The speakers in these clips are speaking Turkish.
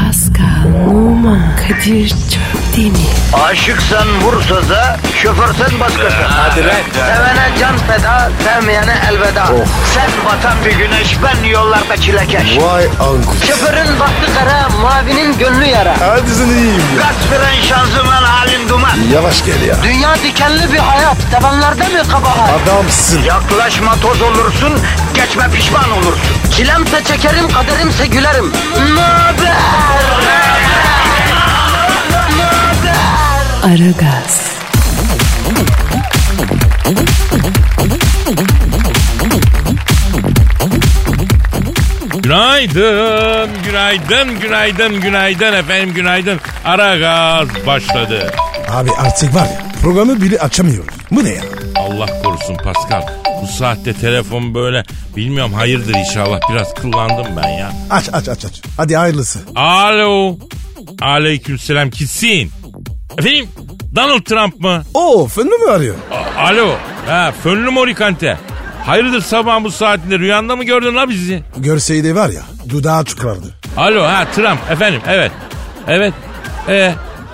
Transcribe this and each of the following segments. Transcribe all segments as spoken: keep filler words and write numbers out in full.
Pascal, Oman, Kadir çok değil mi? Aşıksan vursa da, şoförsen başkasın. Hadi lan. Sevene can feda, sevmeyene elveda. Sen batan bir güneş, ben yollarda çilekeş. Vay anku. Şoförün baktı kara, mavinin gönlü yara. Hadi sen iyiyim ya. Kasperen şanzıman halin duman. Yavaş gel ya. Dünya dikenli bir hayat, sevenlerde mi kabahar? Adamsın. Yaklaşma toz olursun, geçme pişman olursun. Çilemse çekerim, kaderimse gülerim. Möber! Aragaz. Günaydın, günaydın, günaydın, günaydın efendim, günaydın. Aragaz başladı. Abi artık var ya, programı bile açamıyoruz. Bu ne ya? Allah korusun Pascal. Bu saatte telefon böyle, bilmiyorum, hayırdır inşallah. Biraz kullandım ben ya. Aç aç aç aç. Hadi hayırlısı. Alo. Aleykümselam, kimsin? Efendim, Donald Trump mı? Oo, fönlü mü arıyor? A- Alo. Ha, fönlü morikante. Hayırdır sabah bu saatinde, rüyanda mı gördün la bizi? Görseydi var ya, dudağı çıkardı. Alo, ha Trump efendim, evet. Evet. E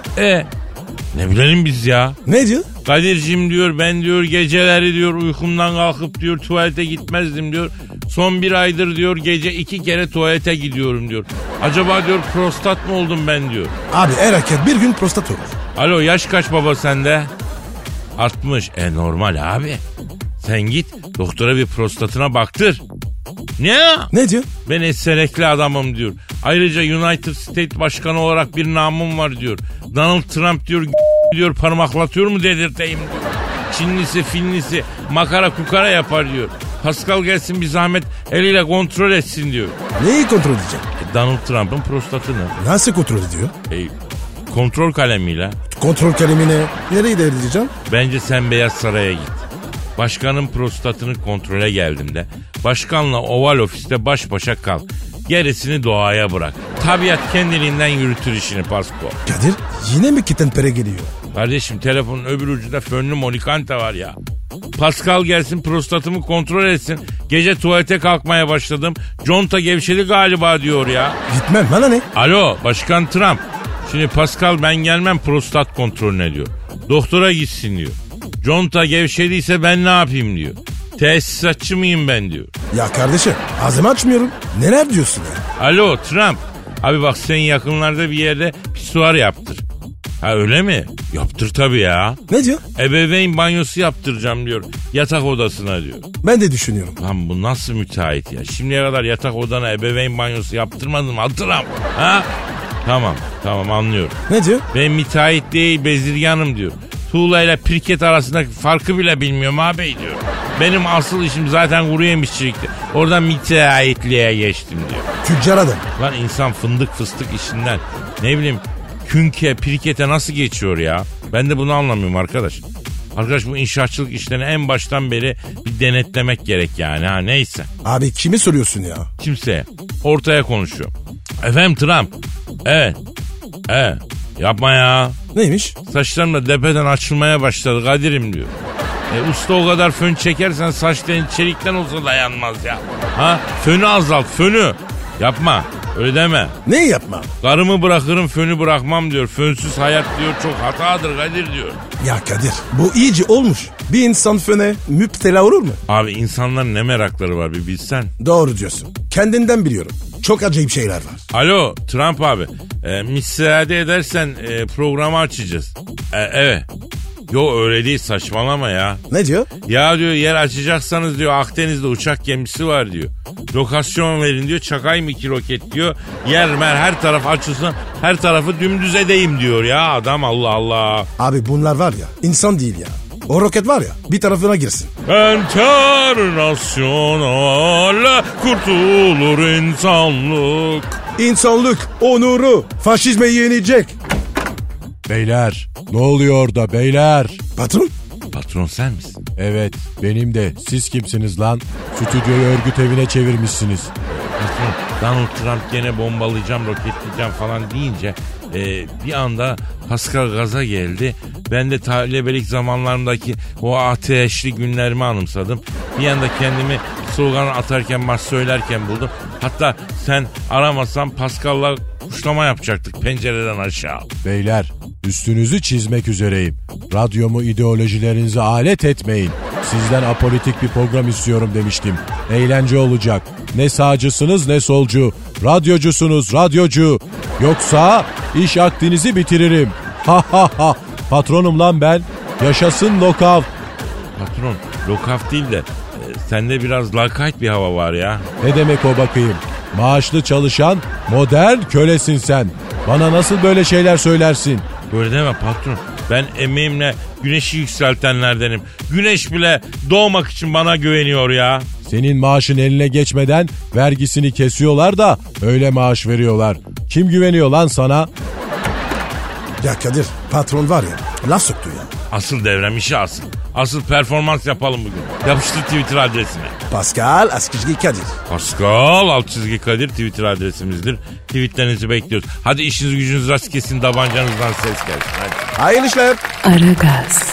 e ne bilelim biz ya. Ne diyor? Kadir'cim diyor, ben diyor geceleri diyor uykumdan kalkıp diyor tuvalete gitmezdim diyor. Son bir aydır diyor gece iki kere tuvalete gidiyorum diyor. Acaba diyor prostat mı oldum ben diyor. Abi her hareket bir gün prostat olur. Alo, yaş kaç baba sende? altmış. E normal abi. Sen git doktora bir prostatına baktır. Ne ya? Ne diyor? Ben eserekli adamım diyor. Ayrıca United States Başkanı olarak bir namım var diyor. Donald Trump diyor diyor parmaklatıyor mu dedirteyim diyor. Çinlisi Finlisi makara kukara yapar diyor. Pascal gelsin bir zahmet eliyle kontrol etsin diyor. Neyi kontrol edecek? E, Donald Trump'ın prostatını. Nasıl kontrol ediyor? E, kontrol kalemiyle. Kontrol kalemine nereye devredeceğim? Bence sen Beyaz Saray'a git. Başkanın prostatını kontrole geldim de. Başkanla Oval Ofis'te baş başa kal. Gerisini doğaya bırak. Tabiat kendiliğinden yürütür işini Pasko. Kadir yine mi ketenpere geliyor? Kardeşim telefonun öbür ucunda fönlü monikante var ya. Pascal gelsin prostatımı kontrol etsin. Gece tuvalete kalkmaya başladım. Conta gevşedi galiba diyor ya. Gitmem bana ne? Alo Başkan Trump. Şimdi Pascal ben gelmem prostat kontrolüne diyor. Doktora gitsin diyor. Conta gevşediyse ben ne yapayım diyor. Tesisatçı mıyım ben diyor. Ya kardeşim ağzımı açmıyorum. Neler diyorsun ya? Alo Trump. Abi bak sen yakınlarda bir yerde pisuar yaptır. Ha öyle mi? Yaptır tabii ya. Ne diyor? Ebeveyn banyosu yaptıracağım diyor. Yatak odasına diyor. Ben de düşünüyorum. Lan bu nasıl müteahhit ya? Şimdiye kadar yatak odana ebeveyn banyosu yaptırmadın mı? Hatırlam. Ha? Tamam tamam anlıyorum. Ne diyor? Ben müteahhit değil bezirganım diyor. Tuğla ile pirket arasındaki farkı bile bilmiyorum abi diyor. Benim asıl işim zaten kuru yemişçilikti. Oradan müteahhitliğe geçtim diyor. Tüccar adam. Lan insan fındık fıstık işinden ne bileyim künke pirkete nasıl geçiyor ya? Ben de bunu anlamıyorum arkadaş. Arkadaş bu inşaatçılık işlerini en baştan beri bir denetlemek gerek yani ha neyse. Abi kimi soruyorsun ya? Kimseye. Ortaya konuşuyor. Efendim Trump. Evet. Evet. Yapma ya. Neymiş? Saçlarım da depeden açılmaya başladı Kadir'im diyor. E, usta o kadar fön çekersen saçların çelikten olsa dayanmaz ya. Ha? Fönü azalt fönü. Yapma. Öyle deme. Neyi yapma? Karımı bırakırım fönü bırakmam diyor. Fönsüz hayat diyor çok hatadır Kadir diyor. Ya Kadir bu iyice olmuş. Bir insan föne müptela olur mu? Abi insanların ne merakları var bir bilsen. Doğru diyorsun. Kendinden biliyorum. Çok acayip şeyler var. Alo Trump abi. E, müsaade edersen e, programı açacağız. E, evet. Yo öyle değil saçmalama ya. Ne diyor? Ya diyor yer açacaksanız diyor Akdeniz'de uçak gemisi var diyor. Lokasyon verin diyor Çakay mı ki roket diyor. Yer mer her taraf açılsın her tarafı dümdüz edeyim diyor ya adam Allah Allah. Abi bunlar var ya insan değil ya. O roket var ya bir tarafına girsin. Internasyonal kurtulur insanlık. İnsanlık onuru faşizme yenecek. Beyler ne oluyor orada beyler? Patron? Patron sen misin? Evet benim de. Siz kimsiniz lan? Stüdyoyu örgüt evine çevirmişsiniz. Patron Donald Trump gene bombalayacağım roketleyeceğim falan deyince e, bir anda Pascal gaza geldi. Ben de talebelik zamanlarımdaki o ateşli günlerimi anımsadım. Bir anda kendimi slogan atarken, marş söylerken buldum. Hatta sen aramasan Pascal'la kuşlama yapacaktık pencereden aşağı. Beyler, üstünüzü çizmek üzereyim. Radyomu ideolojilerinize alet etmeyin. Sizden apolitik bir program istiyorum demiştim. Eğlence olacak. Ne sağcısınız ne solcu. Radyocusunuz radyocu. Yoksa iş akdinizi bitiririm. Ha ha ha. Patronum lan ben. Yaşasın lockout. Patron, lockout değil de e, sende biraz lakayt bir hava var ya. Ne demek o bakayım? Maaşlı çalışan modern kölesin sen. Bana nasıl böyle şeyler söylersin? Böyle deme patron. Ben emeğimle güneşi yükseltenlerdenim. Güneş bile doğmak için bana güveniyor ya. Senin maaşın eline geçmeden vergisini kesiyorlar da öyle maaş veriyorlar. Kim güveniyor lan sana? Ya Kadir, patron var ya, laf soktu ya. Asıl devrem işi asıl. Asıl performans yapalım bugün. Yapıştır Twitter adresine. Pascal Askizgi Kadir. Pascal alt çizgi Kadir Twitter adresimizdir. Tweetlerinizi bekliyoruz. Hadi işiniz gücünüz rast kesin, tabancanızdan ses gelsin. Hadi. Hayırlı işler. Aragaz.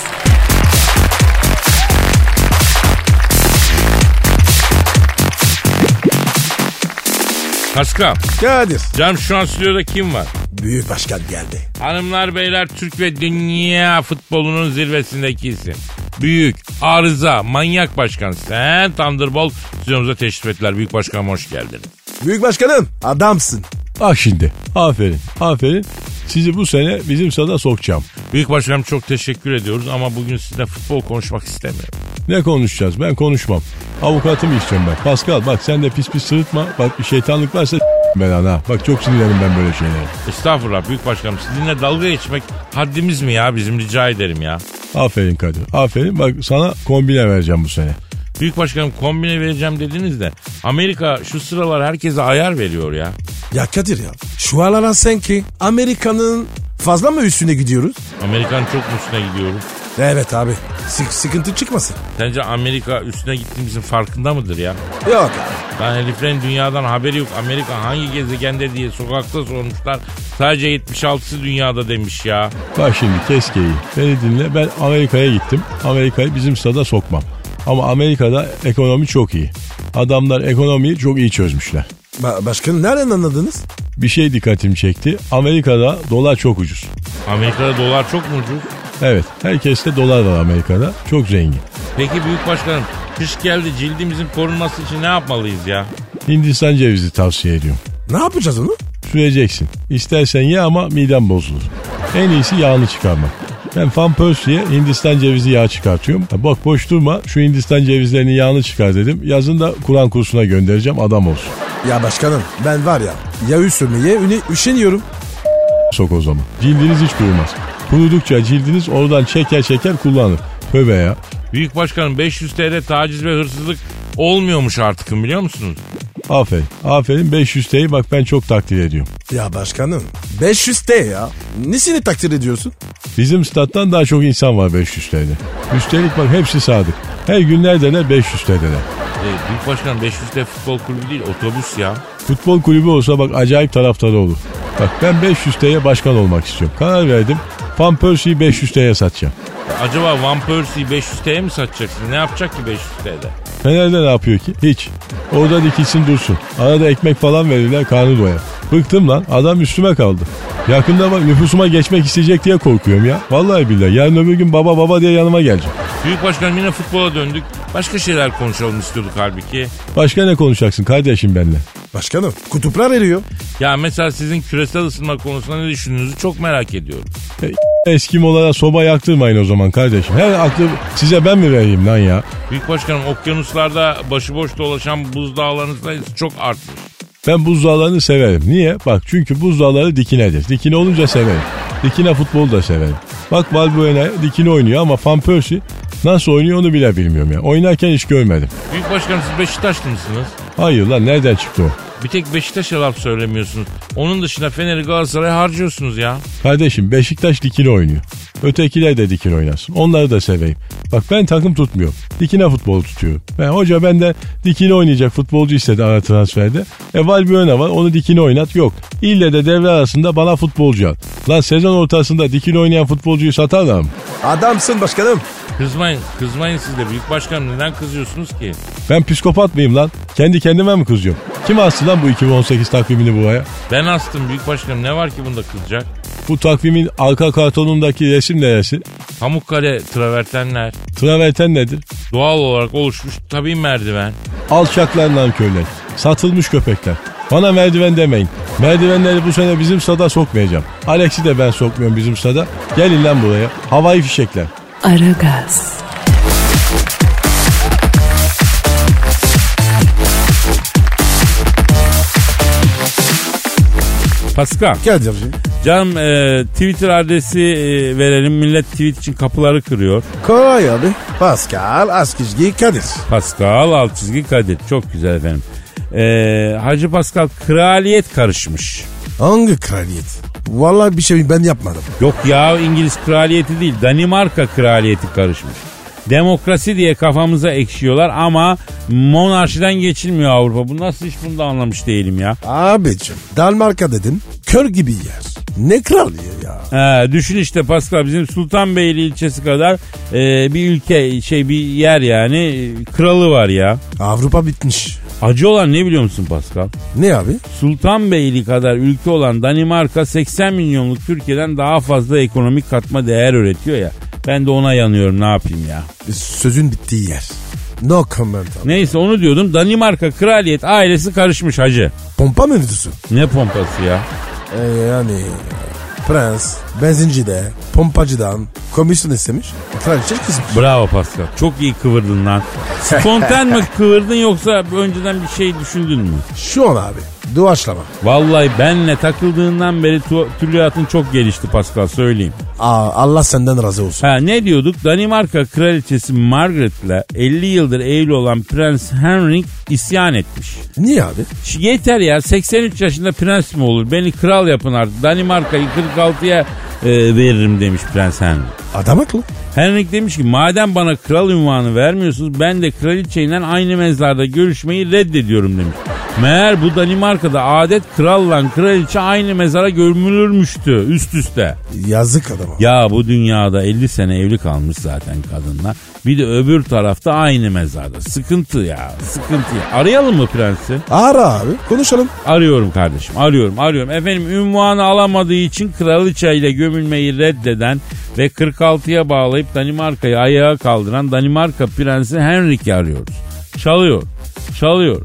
Pascal. Kadir. Canım şu an stüdyoda kim var? Büyük başkan geldi. Hanımlar beyler, Türk ve dünya futbolunun zirvesindeki isim. Büyük, arıza, manyak başkan sen Thunderbolt stüdyomuza teşrif ettiler. Büyük başkanım hoş geldin. Büyük başkanım, adamsın. Bak şimdi, aferin aferin, sizi bu sene bizim sada sokacağım. Büyük başkanım çok teşekkür ediyoruz ama bugün sizinle futbol konuşmak istemiyorum. Ne konuşacağız, ben konuşmam. Avukatımı istiyorum ben. Pascal bak sen de pis pis sırıtma. Bak bir şeytanlık varsa ben ana. Bak çok sinirlerim ben böyle şeylere. Estağfurullah büyük başkanım, sizinle dalga geçmek haddimiz mi ya, bizim rica ederim ya. Aferin Kadir, aferin. Bak sana kombine vereceğim bu sene. Büyük başkanım kombine vereceğim dediniz de Amerika şu sıralar herkese ayar veriyor ya. Ya Kadir ya, şu aralar sanki Amerika'nın fazla mı üstüne gidiyoruz? Amerika'nın çok mu üstüne gidiyoruz? Evet abi, Sık, sıkıntı çıkmasın. Sence Amerika üstüne gittiğimizin farkında mıdır ya? Yok abi. Lan heriflerin dünyadan haberi yok. Amerika hangi gezegende diye sokakta sormuşlar. Sadece yetmiş altısı dünyada demiş ya. Bak şimdi keskeyi beni dinle, ben Amerika'ya gittim. Amerika'yı bizim stada sokmam. Ama Amerika'da ekonomi çok iyi. Adamlar ekonomiyi çok iyi çözmüşler. Ba- başkanım nereden anladınız? Bir şey dikkatimi çekti. Amerika'da dolar çok ucuz. Amerika'da dolar çok mu ucuz? Evet, herkeste dolar var Amerika'da. Çok zengin. Peki büyük başkanım, kış geldi, cildimizin korunması için ne yapmalıyız ya? Hindistan cevizi tavsiye ediyorum. Ne yapacağız onu? Süreceksin. İstersen ye ama miden bozulur. En iyisi yağını çıkarmak. Ben Van Persie'ye Hindistan cevizi yağı çıkartıyorum. Bak boş durma, şu Hindistan cevizlerinin yağını çıkar dedim. Yazın da Kur'an kursuna göndereceğim, adam olsun. Ya başkanım, ben var ya, yağı sürmeye üne, üşeniyorum. Sok o zaman. Cildiniz hiç kurumaz. Kurudukça cildiniz oradan çeker çeker kullanır. Tövbe ya. Büyük başkanım beş yüz T L taciz ve hırsızlık olmuyormuş artık, biliyor musunuz? Aferin. Aferin beş yüz T'yi bak ben çok takdir ediyorum. Ya başkanım, beş yüz T ya. Nesini takdir ediyorsun? Bizim stat'tan daha çok insan var beş yüz T'de. Üstelik bak hepsi sadık. Her gün neredeler? beş yüz T'deler. E, büyük başkanım beş yüz T futbol kulübü değil, otobüs ya. Futbol kulübü olsa bak acayip taraftarı olur. Bak ben beş yüz T'ye başkan olmak istiyorum. Karar verdim. Van Persie'yi beş yüz T'ye satacağım. Acaba Van Persie'yi beş yüz T'ye mi satacaksın? Ne yapacak ki beş yüz T'de? Fener'de ne yapıyor ki? Hiç. Orada dikilsin dursun. Arada ekmek falan verirler, karnı doyar. Bıktım lan, adam üstüme kaldı. Yakında bak nüfusuma geçmek isteyecek diye korkuyorum ya. Vallahi billahi yarın öbür gün baba baba diye yanıma gelecek. Büyük başkanım yine futbola döndük. Başka şeyler konuşalım istiyorduk halbuki. Başka ne konuşacaksın kardeşim benimle? Başkanım, kutuplar eriyor. Ya mesela sizin küresel ısınma konusunda ne düşündüğünüzü çok merak ediyorum. E, Eskimolara soba yaktırmayın o zaman kardeşim. Her aklı size ben mi vereyim lan ya? Büyük başkanım okyanuslarda başıboş dolaşan buzdağlarının sayısı çok artmış. Ben buzdağlarını severim. Niye? Bak çünkü buzdağları dikinedir. Dikine olunca severim. Dikine futbolu da severim. Bak Valbuena dikine oynuyor ama Van Persie nasıl oynuyor onu bile bilmiyorum ya. Oynarken hiç görmedim. Büyük başkanım siz Beşiktaşlı mısınız? Hayır lan nereden çıktı o? Bir tek Beşiktaş'a laf söylemiyorsunuz. Onun dışında Fener'i Galatasaray'a harcıyorsunuz ya. Kardeşim Beşiktaş dikine oynuyor. Ötekiler de dikine oynasın. Onları da seveyim. Bak ben takım tutmuyorum. Dikine futbolu tutuyorum. Ben hoca benden dikine oynayacak futbolcu istedi ara transferde. E Valbuena var, onu dikine oynat. Yok. İlle de devre arasında bana futbolcu al. Lan sezon ortasında dikine oynayan futbolcuyu satarlar mı? Adamsın başkanım. Kızmayın, kızmayın siz de büyük başkanım, neden kızıyorsunuz ki? Ben psikopat mıyım lan? Kendi kendime mi kızıyorum? Kim astı lan bu iki bin on sekiz takvimini buraya? Ben astım büyük başkanım, ne var ki bunda kızacak? Bu takvimin arka kartonundaki resim ne resim? Pamukkale travertenler. Traverten nedir? Doğal olarak oluşmuş tabii merdiven. Alçaklar lan köyler. Satılmış köpekler. Bana merdiven demeyin. Merdivenleri bu sene bizim stada sokmayacağım. Alex'i de ben sokmuyorum bizim stada. Gelin lan buraya. Havai fişekler. Aragaz. Pascal. Kadir'cim. Canım e, Twitter adresi e, verelim. Millet tweet için kapıları kırıyor. Kolay abi. Pascal Askizgi Kadir. Pascal alt çizgi Kadir. Çok güzel efendim. E, Hacı Pascal kraliyet karışmış. Hangi kraliyet? Vallahi bir şey ben yapmadım. Yok ya, İngiliz kraliyeti değil, Danimarka kraliyeti karışmış. Demokrasi diye kafamıza ekşiyorlar ama monarşiden geçilmiyor Avrupa. Bu nasıl iş, bunu da anlamış değilim ya. Abicim Danimarka dedin kör gibi yer. Ne kraliyeti ya? He, düşün işte Pascal, bizim Sultanbeyli ilçesi kadar e, bir ülke, şey bir yer yani, e, kralı var ya. Avrupa bitmiş. Acı olan ne biliyor musun Pascal? Ne abi? Sultanbeyli kadar ülke olan Danimarka seksen milyonluk Türkiye'den daha fazla ekonomik katma değer üretiyor ya. Ben de ona yanıyorum, ne yapayım ya. Sözün bittiği yer. No comment abi. Neyse, onu diyordum. Danimarka kraliyet ailesi karışmış hacı. Pompa mı diyorsun? Ne pompası ya? Ee, yani prens benzincide pompacıdan komisyon istemiş. Kraliçe kızmış. Bravo Pascal. Çok iyi kıvırdın lan. Spontan mı kıvırdın yoksa önceden bir şey düşündün mü? Şu an abi doğaçlama. Vallahi benle takıldığından beri tu- tülüyatın çok gelişti Pascal, söyleyeyim. Aa, Allah senden razı olsun. Ha, ne diyorduk? Danimarka kraliçesi Margaret'la elli yıldır evli olan Prens Henrik isyan etmiş. Niye abi? Şu yeter ya, seksen üç yaşında prens mi olur? Beni kral yapın artık. Danimarka'yı kırk altıya e, veririm demiş Prens Henrik. Adam haklı. Henrik demiş ki madem bana kral unvanı vermiyorsunuz, ben de kraliçeyle aynı mezarda görüşmeyi reddediyorum demiş. Meğer bu Danimarka'da adet kralla kraliçe aynı mezara gömülürmüştü üst üste. Yazık adama. Ya bu dünyada elli sene evli kalmış zaten kadınlar. Bir de öbür tarafta aynı mezarda. Sıkıntı ya, sıkıntı ya. Arayalım mı prensi? Ara abi, konuşalım. Arıyorum kardeşim, arıyorum, arıyorum. Efendim, ünvanı alamadığı için kraliçeyle gömülmeyi reddeden ve kırk altıya bağlayıp Danimarka'yı ayağa kaldıran Danimarka prensi Henrik'i arıyoruz. Çalıyor, çalıyor.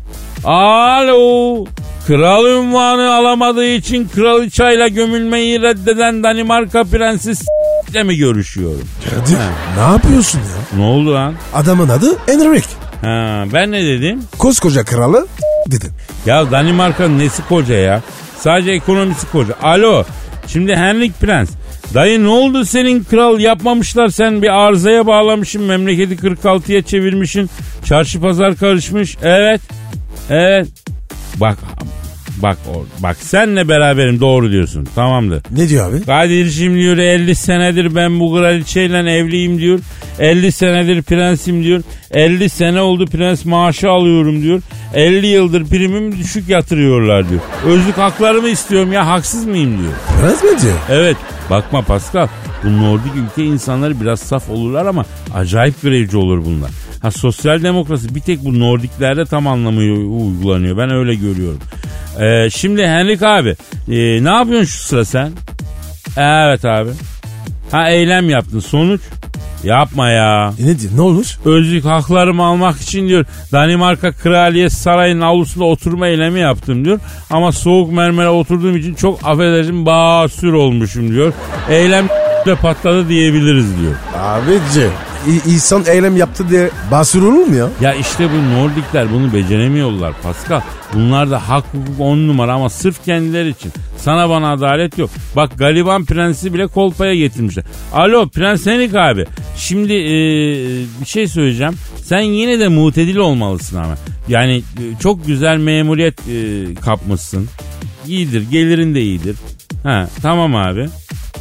Alo, kral ünvanı alamadığı için kraliçeyle gömülmeyi reddeden Danimarka prensi s***le mi görüşüyorum? Kadir, ne yapıyorsun ya? Ne oldu lan? Adamın adı Henrik. Ha, ben ne dedim? Koskoca kralı dedim. Ya Danimarka'nın nesi koca ya? Sadece ekonomisi koca. Alo, şimdi Henrik Prens. Dayı ne oldu senin, kral yapmamışlar, sen bir arızaya bağlamışsın, memleketi kırk altıya çevirmişsin, çarşı pazar karışmış. Evet, evet. Bak, bak, bak senle beraberim, doğru diyorsun, tamamdır. Ne diyor abi? Kadir'cim diyor, elli senedir ben bu kraliçeyle evliyim diyor. elli senedir prensim diyor. elli sene oldu prens maaşı alıyorum diyor. elli yıldır primimi düşük yatırıyorlar diyor. Özlük haklarımı istiyorum ya, haksız mıyım diyor. Prens mi diyor? Evet, bakma Pascal, bu Nordik ülke insanları biraz saf olurlar ama acayip grevci olur bunlar. Ha, sosyal demokrasi bir tek bu Nordiklerde tam anlamıyla uygulanıyor, ben öyle görüyorum. Ee, şimdi Henrik abi, e, ne yapıyorsun şu sıra sen? Evet abi. Ha, eylem yaptın, sonuç? Yapma ya. E ne diyor, ne olmuş? Özlük haklarımı almak için diyor Danimarka Kraliyet Sarayı'nın avlusunda oturma eylemi yaptım diyor. Ama soğuk mermere oturduğum için çok affedersin basur olmuşum diyor. Eylem de patladı diyebiliriz diyor. Abici, insan eylem yaptı diye basur olur mu ya? Ya işte bu Nordikler bunu beceremiyorlar Pascal. Bunlar da hak hukuk on numara ama sırf kendileri için. Sana bana adalet yok. Bak, gariban prensi bile kolpaya getirmişler. Alo Prens Henrik abi. Şimdi ee, bir şey söyleyeceğim. Sen yine de mutedil olmalısın ama. Yani e, çok güzel memuriyet e, kapmışsın. İyidir, gelirin de iyidir. Ha, tamam abi.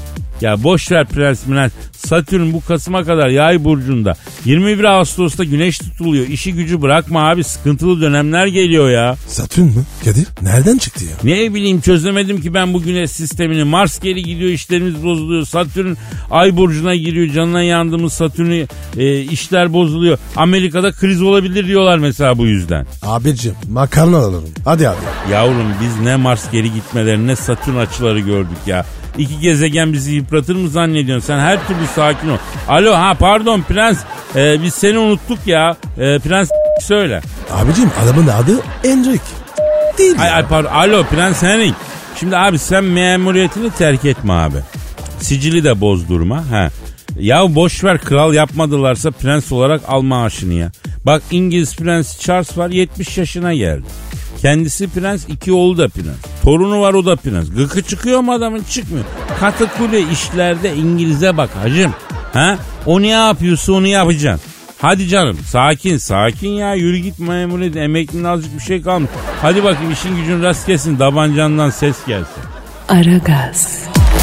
Ya boş ver prens prens. Satürn bu Kasım'a kadar Yay burcunda. yirmi bir Ağustos'ta güneş tutuluyor. İşi gücü bırakma abi, sıkıntılı dönemler geliyor ya. Satürn mü? Kadir nereden çıktı ya? Ne bileyim, çözemedim ki ben bu güneş sistemini. Mars geri gidiyor, işlerimiz bozuluyor. Satürn Ay burcuna giriyor, canına yandığımız Satürn'ü e, işler bozuluyor. Amerika'da kriz olabilir diyorlar mesela bu yüzden. Abicim makarna alırım. Hadi abi. Yavrum biz ne Mars geri gitmeleri ne Satürn açıları gördük ya. İki gezegen bizi yıpratır mı zannediyorsun? Sen her türlü sakin ol. Alo, ha pardon prens. Ee, biz seni unuttuk ya. Ee, prens söyle. Abicim adamın adı Enric. Değil Ay, ya. ay pardon. Alo prens Henrik. Şimdi abi sen memuriyetini terk etme abi. Sicili de bozdurma. Ha. Ya boş ver, kral yapmadılarsa prens olarak al maaşını ya. Bak İngiliz Prensi Charles var, yetmiş yaşına geldi. Kendisi prens, iki oğlu da prens. Torunu var, o da prens. Gıkı çıkıyor mu adamın? Çıkmıyor. Katakule işlerde İngiliz'e bak hacım. Ha? O ne yapıyorsa onu yapacaksın. Hadi canım sakin sakin ya, yürü git memuriyet, emeklinin azıcık bir şey kalmış. Hadi bakayım işin gücün rast gelsin, tabancandan ses gelsin. Aragaz.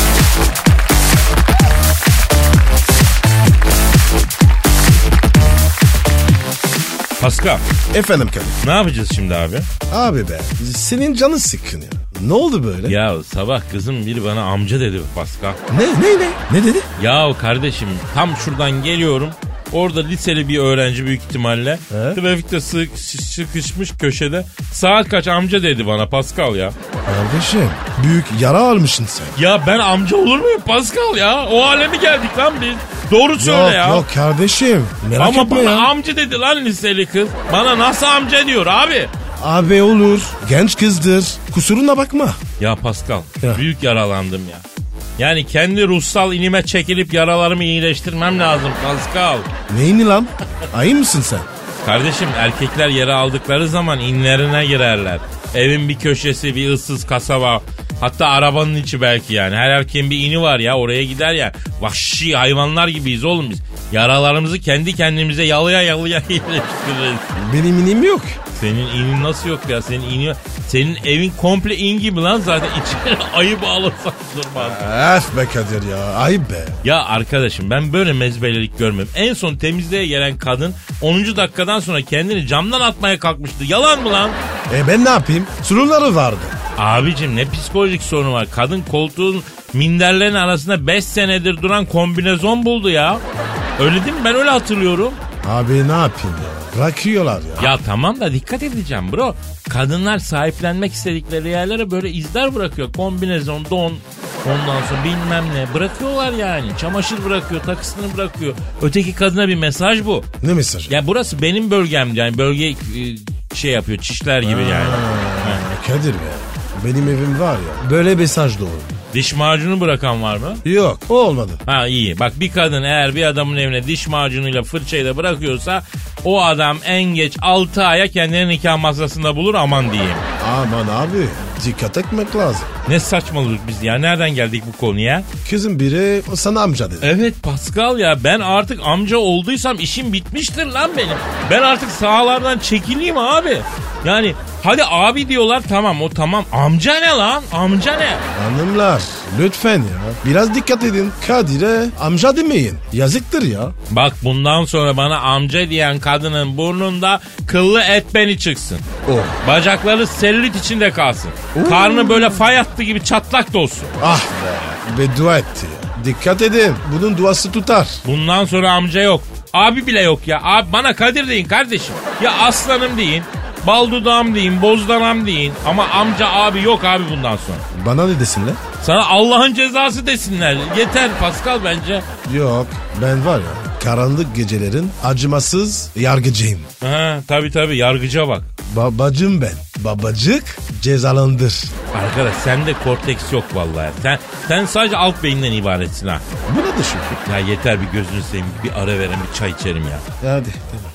Pascal, Efendim Kadir. ne yapacağız şimdi abi? Abi be senin canın sıkkın ya. Ne oldu böyle? Ya sabah kızım biri bana amca dedi Pascal. Ne ne ne? Ne dedi? Ya kardeşim tam şuradan geliyorum. Orada liseli bir öğrenci büyük ihtimalle. He? Trafikte sık, sıkışmış köşede. Saat kaç amca dedi bana Pascal ya. Kardeşim büyük yara almışsın sen. Ya ben amca olur muyum Pascal ya? O hale mi geldik lan biz? Doğru söyle Yok ya. yok kardeşim merak Ama etme bana ya. amca dedi lan liseli kız. Bana nasıl amca diyor abi? Abi olur genç kızdır kusuruna bakma. Ya Pascal Ya. büyük yaralandım ya. Yani kendi ruhsal inime çekilip yaralarımı iyileştirmem lazım Pascal. Neyini lan? Ayı mısın sen? Kardeşim erkekler yere aldıkları zaman inlerine girerler. Evin bir köşesi, bir ıssız kasaba, hatta arabanın içi belki yani. Her erkeğin bir ini var ya, oraya gider ya. Vahşi hayvanlar gibiyiz oğlum biz. Yaralarımızı kendi kendimize yalıya yalıya iyileştiririz. Benim inim yok. Senin inin nasıl yok ya? Senin ini, senin evin komple in gibi lan zaten. İçine ayı bağlasak durmaz. Öf be Kadir ya ayıp be. Ya arkadaşım ben böyle mezbelelik görmedim. En son temizliğe gelen kadın onuncu dakikadan sonra kendini camdan atmaya kalkmıştı. Yalan mı lan? E ben ne yapayım? Soruları vardı. Abicim ne psikolojik sorunu var. Kadın koltuğun minderlerin arasında beş senedir duran kombinezon buldu ya. Öyle değil mi? Ben öyle hatırlıyorum. Abi ne yapayım ya? Bırakıyorlar ya. Ya tamam da dikkat edeceğim bro. Kadınlar sahiplenmek istedikleri yerlere böyle izler bırakıyor. Kombinezon, don, ondan sonra bilmem ne. Bırakıyorlar yani. Çamaşır bırakıyor, takısını bırakıyor. Öteki kadına bir mesaj bu. Ne mesajı? Ya burası benim bölgem yani. Bölge e, şey yapıyor, çişler gibi yani. Ha, Kadir be. Benim evim var ya. Böyle mesaj doğru. Diş macunu bırakan var mı? Yok o olmadı. Ha iyi. Bak bir kadın eğer bir adamın evine diş macunuyla fırçayı da bırakıyorsa o adam en geç altı aya kendini nikah masasında bulur, aman diyeyim. Aman abi dikkat etmek lazım. Ne saçmalıyoruz biz ya, nereden geldik bu konuya? Kızın biri sana amca dedi. Evet Pascal ya, ben artık amca olduysam işim bitmiştir lan benim. Ben artık sahalardan çekileyim abi. Yani hadi abi diyorlar, tamam o tamam, amca ne lan, amca ne? Hanımlar lütfen ya biraz dikkat edin. Kadir'e amca demeyin. Yazıktır ya. Bak bundan sonra bana amca diyen kadının burnunda kıllı et beni çıksın. Oh. Bacakları selülit içinde kalsın. Karnı böyle fay hattı gibi çatlak da olsun. Ah be beddua etti ya. Dikkat edin bunun duası tutar. Bundan sonra amca yok. Abi bile yok ya. Abi bana Kadir deyin kardeşim. Ya aslanım deyin. Bal dudağım deyin. Bozdanam deyin. Ama amca abi yok abi bundan sonra. Bana ne desinler? Sana Allah'ın cezası desinler. Yeter Pascal bence. Yok ben var ya karanlık gecelerin acımasız yargıcıyım. Ha, tabii tabii yargıca bak. Babacım ben. Babacık cezalandır. Arkadaş sende korteks yok vallahi. Sen, sen sadece alt beyinden ibaretsin ha. Bu ne düşün? Ya yeter, bir gözünü seveyim, bir ara veren bir çay içerim ya. Hadi.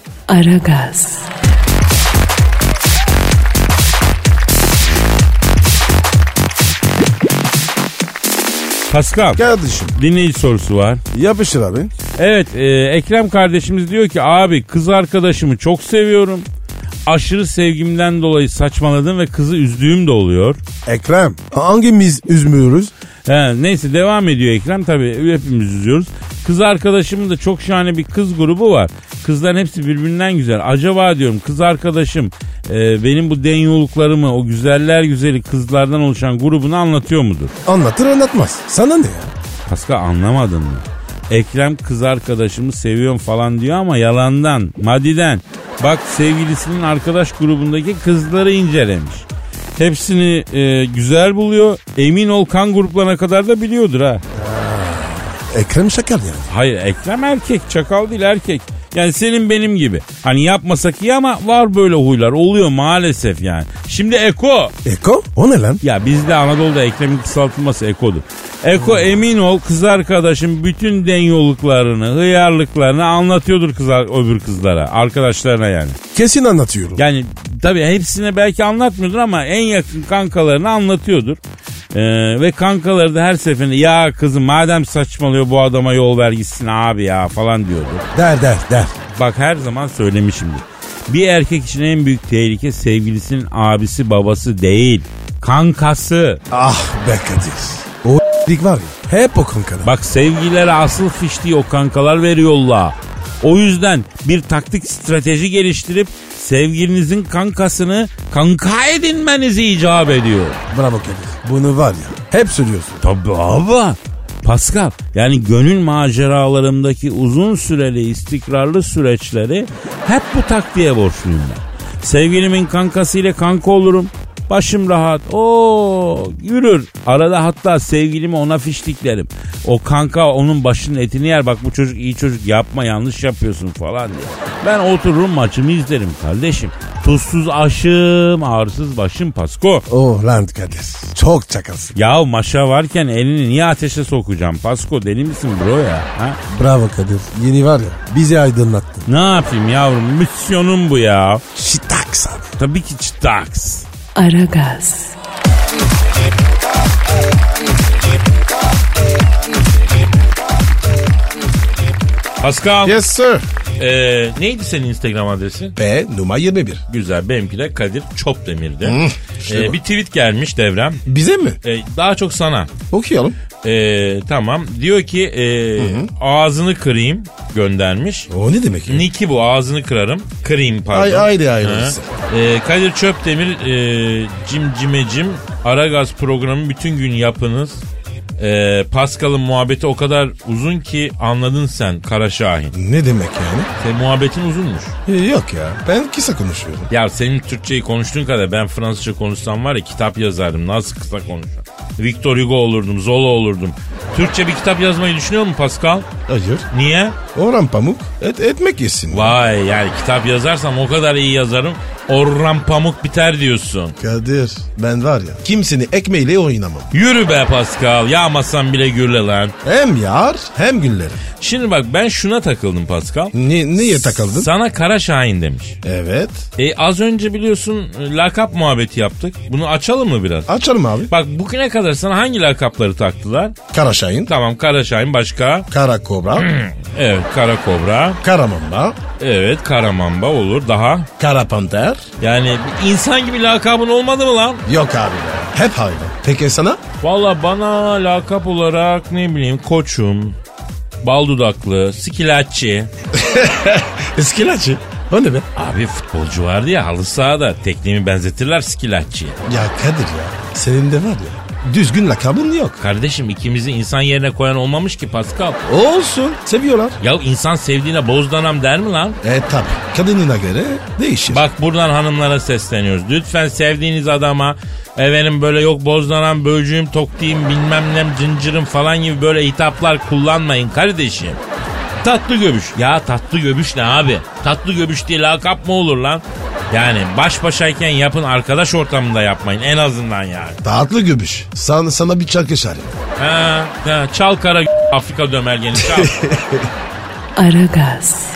Aragaz. Pascal, Kardeşim dinleyici sorusu var. yapışır abi. Evet, e, Ekrem kardeşimiz diyor ki abi kız arkadaşımı çok seviyorum aşırı sevgimden dolayı saçmaladım ve kızı üzdüğüm de oluyor. Ekrem hangimiz üzmüyoruz? He, neyse devam ediyor Ekrem. Tabii hepimiz üzüyoruz. Kız arkadaşımın da çok şahane bir kız grubu var. Kızların hepsi birbirinden güzel. Acaba diyorum kız arkadaşım e, benim bu denyoluklarımı o güzeller güzeli kızlardan oluşan grubunu anlatıyor mudur? Anlatır anlatmaz. Sana ne ya? Pascal anlamadın mı? Ekrem kız arkadaşımı seviyorum falan diyor ama yalandan, madiden. Bak sevgilisinin arkadaş grubundaki kızları incelemiş. Hepsini e, güzel buluyor. Emin ol kan gruplarına kadar da biliyordur ha. Ekrem şakal yani. Hayır Ekrem erkek, çakal değil erkek. Yani senin benim gibi. Hani yapmasak iyi ama var böyle huylar. Oluyor maalesef yani. Şimdi Eko. Eko? O ne lan? Ya bizde Anadolu'da Ekrem'in kısaltılması Eko'dur. Eko hmm. emin ol kız arkadaşım bütün denyoluklarını, hıyarlıklarını anlatıyordur kız, öbür kızlara. Arkadaşlarına yani. Kesin anlatıyorum. Yani tabii hepsine belki anlatmıyordur ama en yakın kankalarını anlatıyordur. Ee, ve kankaları da her seferinde ya kızım madem saçmalıyor bu adama yol ver gitsin abi ya falan diyordu. Der der der. Bak her zaman söylemişimdir. Bir erkek için en büyük tehlike sevgilisinin abisi babası değil. Kankası. Ah be Kadir. O dik var ya hep o kankalar. Bak sevgililere asıl fiştiği o kankalar veriyorlar. O yüzden bir taktik strateji geliştirip sevgilinizin kankasını kanka edinmenizi icap ediyor. Bravo Kadir. Bunu var ya hep söylüyorsun. Tabii abi. Pascal yani gönül maceralarımdaki uzun süreli istikrarlı süreçleri hep bu taktiğe borçluyum ben. Sevgilimin kankasıyla kanka olurum. Başım rahat. Oo yürür. Arada hatta sevgilimi ona fiştiklerim. O kanka onun başının etini yer. Bak bu çocuk iyi çocuk yapma yanlış yapıyorsun falan diye. Ben otururum maçımı izlerim kardeşim. Tuzsuz aşım ağırsız başım Pasko. Oh lan Kadir. Çok çakalsın. Ya maşa varken elini niye ateşe sokacağım Pasko deli misin bro ya? Ha? Bravo Kadir. Yeni var ya bizi aydınlattın. Ne yapayım yavrum misyonum bu ya. Şitaks abi. Tabii ki şitaks. Aragaz. Pascal. Yes sir. Ee, neydi senin Instagram adresin? B numara yirmi bir. Güzel benimki de Kadir Çopdemir'de. Hmm, işte ee, bir tweet gelmiş Devrem. Bize mi? Ee, daha çok sana. Okuyalım. Ee, tamam diyor ki e, ağzını kırayım göndermiş. O ne demek ya? Niki bu ağzını kırarım. Kırayım pardon. Ay ayrı ayrı. Ee, Kadir Çöpdemir e, cimcimecim Aragaz programı bütün gün yapınız. Ee, Pascal'ın muhabbeti o kadar uzun ki anladın sen Kara Şahin. Ne demek yani? Senin muhabbetin uzunmuş. Ee, yok ya ben kısa konuşuyorum. Ya senin Türkçeyi konuştuğun kadar ben Fransızca konuşsam var ya kitap yazardım. Nasıl kısa konuşuyorum? Victor Hugo olurdum, Zola olurdum. Türkçe bir kitap yazmayı düşünüyor musun Pascal? Hayır. Niye? Orhan Pamuk et, etmek yesin. Vay yani kitap yazarsam o kadar iyi yazarım. Orhan Pamuk biter diyorsun. Kadir ben var ya kimsenin ekmeğiyle oynamam. Yürü be Pascal yağmasan bile gürle lan. Hem yağar hem güllerim. Şimdi bak ben şuna takıldım Pascal. Ne, neye takıldın? Sana Kara Şahin demiş. Evet. E az önce biliyorsun lakap muhabbeti yaptık. Bunu açalım mı biraz? Açalım abi. Bak bugüne kadar sana hangi lakapları taktılar? Kara Şahin. Tamam Kara Şahin başka? Kara Kobra. Evet Kara Kobra. Kara Mamba. Evet Kara Mamba olur daha. Kara Panter. Yani insan gibi lakabın olmadı mı lan? Yok abi be. Hep hayvan. Peki sana? Valla bana lakap olarak ne bileyim koçum, bal dudaklı, skilatçı. İskilatçı. O ne be? Abi futbolcu vardı ya halı sahada tekniğimi benzetirler skilatçıya. Ya Kadir ya senin de var ya düzgün lakabın yok. Kardeşim ikimizi insan yerine koyan olmamış ki Pascal. Olsun seviyorlar. Ya insan sevdiğine bozdanam der mi lan? E tabi kadınına göre değişir. Bak buradan hanımlara sesleniyoruz. Lütfen sevdiğiniz adama efendim böyle yok bozdanam, böcüğüm, toktiyim, bilmem ne, cincirım falan gibi böyle hitaplar kullanmayın kardeşim. Tatlı göbüş. Ya tatlı göbüş ne abi? Tatlı göbüş diye lakap mı olur lan? Yani baş başayken yapın arkadaş ortamında yapmayın en azından yani. Tatlı göbüş. Sana, sana bir çarkı şarkı. Ha, ha, çal kara Afrika dömergeni çal. Aragaz.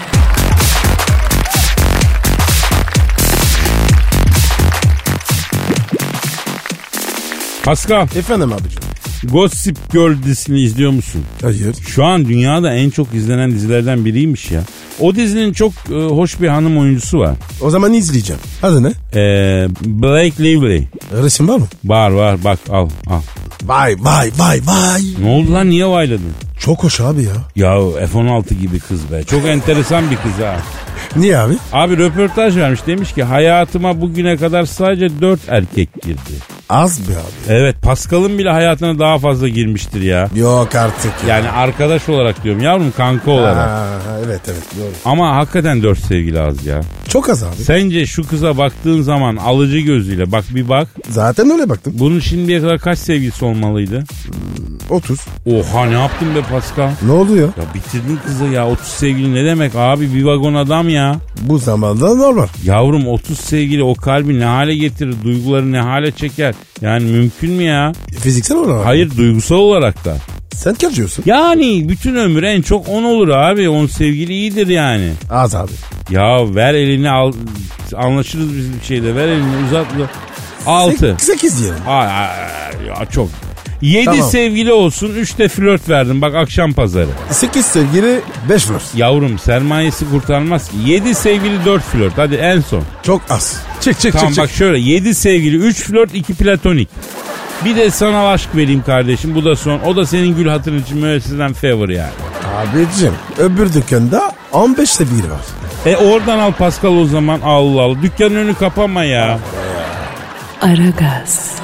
Pascal. Efendim abicim. Gossip Girl dizisini izliyor musun? Hayır. Şu an dünyada en çok izlenen dizilerden biriymiş ya. O dizinin çok e, hoş bir hanım oyuncusu var. O zaman izleyeceğim. Adı ne? Ee, Blake Lively. Resim var mı? Var var bak al al. Vay vay vay vay. Ne oldu lan, niye vayladın? Çok hoş abi ya. Ya F on altı gibi kız be. Çok enteresan bir kız ha. Niye abi? Abi röportaj vermiş, demiş ki hayatıma bugüne kadar sadece dört erkek girdi. Az be abi. Evet, Pascal'ın bile hayatına daha fazla girmiştir ya. Yok artık ya. Yani arkadaş olarak diyorum yavrum, kanka olarak. Ha, evet evet doğru. Ama hakikaten dört sevgili az ya. Çok az abi. Sence şu kıza baktığın zaman alıcı gözüyle bak bir bak. Zaten öyle baktım. Bunun şimdiye kadar kaç sevgilisi olmalıydı? otuz. Oha, ne yaptın be Pascal? Ne oldu ya? Ya bitirdin kızı ya. otuz sevgili ne demek abi, bir vagon adam ya. Bu zamanda normal. Yavrum otuz sevgili o kalbi ne hale getirir, duyguları ne hale çeker. Yani mümkün mü ya? Fiziksel olarak. Hayır, duygusal olarak da. Sen kaç diyorsun? Yani bütün ömür en çok on olur abi. on sevgili iyidir yani. Az abi. Ya ver elini al, anlaşırız biz bir şeyde, ver elini uzat. altı. sekiz diyelim. Ay, ay, ay, ya çok. yedi Tamam. sevgili olsun, üç de flört verdim bak akşam pazarı. sekiz sevgili beş flört. Yavrum sermayesi kurtarmaz ki. yedi sevgili dört flört, hadi en son. Çok az. Çek çek Tamam çek. bak çek. şöyle, yedi sevgili, üç flört, iki platonik. Bir de sana aşk vereyim kardeşim, bu da son. O da senin gül hatırın için müesseseden favor yani. Abicim öbür dükkanda on beş sevgili var. E oradan al Pascal o zaman, Allah Allah. Dükkanın önü kapama ya. Aragaz.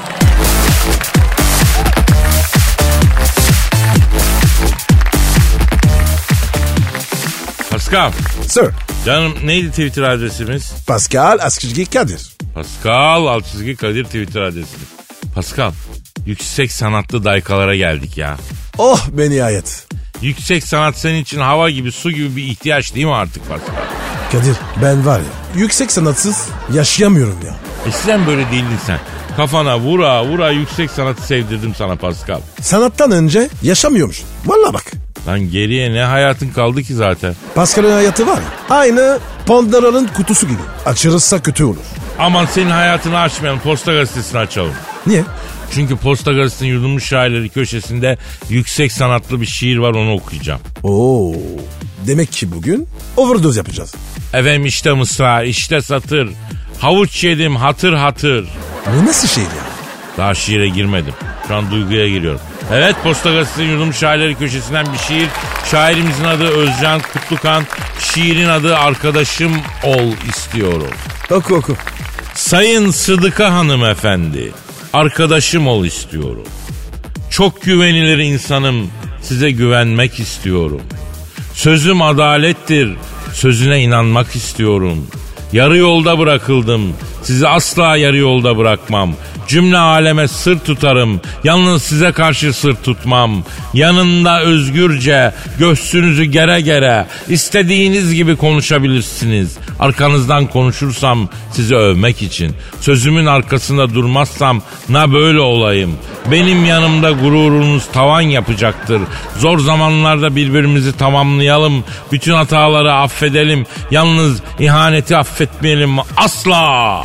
Pascal. Sir. Canım neydi Twitter adresimiz? Pascal Askışgi Kadir. Pascal alt çizgi Kadir Twitter adresimiz. Pascal, yüksek sanatlı daykalara geldik ya. Oh be nihayet. Yüksek sanat senin için hava gibi, su gibi bir ihtiyaç değil mi artık Pascal? Kadir ben var ya yüksek sanatsız yaşayamıyorum ya. Eskiden böyle değildin sen. Kafana vura vura yüksek sanatı sevdirdim sana Pascal. Sanattan önce yaşamıyormuş. Valla bak. Lan geriye ne hayatın kaldı ki zaten? Pascal'ın hayatı var ya. Aynı Pandora'nın kutusu gibi. Açılırsa kötü olur. Aman senin hayatını açmayalım, Posta Gazetesi'ni açalım. Niye? Çünkü Posta Gazetesi'nin yurdumuz şairleri köşesinde yüksek sanatlı bir şiir var, onu okuyacağım. Oo. Demek ki bugün overdose yapacağız. Efendim işte mısra, işte satır. Havuç yedim hatır hatır. Bu nasıl şey ya? Daha şiire girmedim. Şu an duyguya giriyorum. Evet, Posta Gazetesi'nin yurdum şairleri köşesinden bir şiir. Şairimizin adı Özcan Kutlukan. Şiirin adı Arkadaşım Ol istiyorum. Oku oku. Sayın Sıdıka hanımefendi, arkadaşım ol istiyorum. Çok güvenilir insanım, size güvenmek istiyorum. Sözüm adalettir, sözüne inanmak istiyorum. Yarı yolda bırakıldım, sizi asla yarı yolda bırakmam. Cümle aleme sır tutarım, yalnız size karşı sır tutmam. Yanında özgürce, göğsünüzü gere gere, istediğiniz gibi konuşabilirsiniz. Arkanızdan konuşursam sizi övmek için, sözümün arkasında durmazsam na böyle olayım. Benim yanımda gururunuz tavan yapacaktır. Zor zamanlarda birbirimizi tamamlayalım, bütün hataları affedelim. Yalnız ihaneti affetmeyelim asla.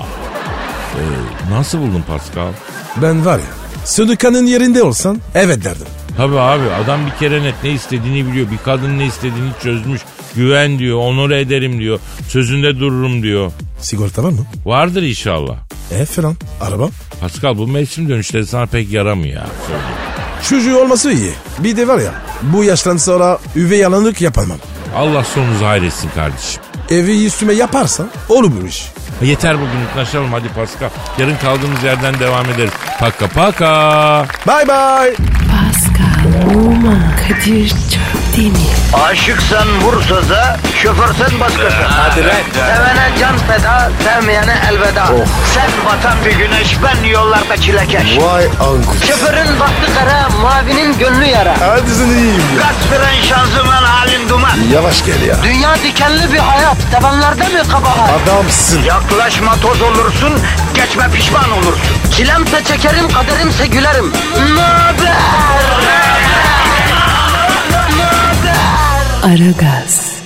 Ee, nasıl buldun Pascal? Ben var ya Sıdıka'nın yerinde olsan evet derdim. Tabii abi, adam bir kere net ne istediğini biliyor. Bir kadın ne istediğini çözmüş. Güven diyor, onore ederim diyor. Sözünde dururum diyor. Sigorta var mı? Vardır inşallah. Ev falan. Araba. Pascal, bu mevsim dönüşleri sana pek yaramıyor ya. Söyleyeyim. Çocuğu olması iyi. Bir de var ya bu yaştan sonra üvey alanlık yapamam. Allah sonunuzu hayretsin kardeşim. Evi üstüme yaparsan olur bu iş. Yeter bugünlük, naşalım hadi Pascal. Yarın kaldığımız yerden devam ederiz. Paka paka. Bye bye. Pascal, Oman, Kadir çok değil mi? Aşıksan vursa da, şoförsen başkasın. Hadi lan. Sevene can feda, sevmeyene elveda. Sen batan bir güneş, ben yollarda çilekeş. Vay anku. Şoförün baktı kara, mavinin gönlü yara. Hadi sen iyiyim ya. Kasperen şanzıman halin duman. Yavaş gel ya. Dünya dikenli bir hayat, sevenlerde mi kabahar? Adamsın. Yaklaşma toz olursun, geçme pişman olursun. Çilemse çekerim, kaderimse gülerim. Möber! Aragaz.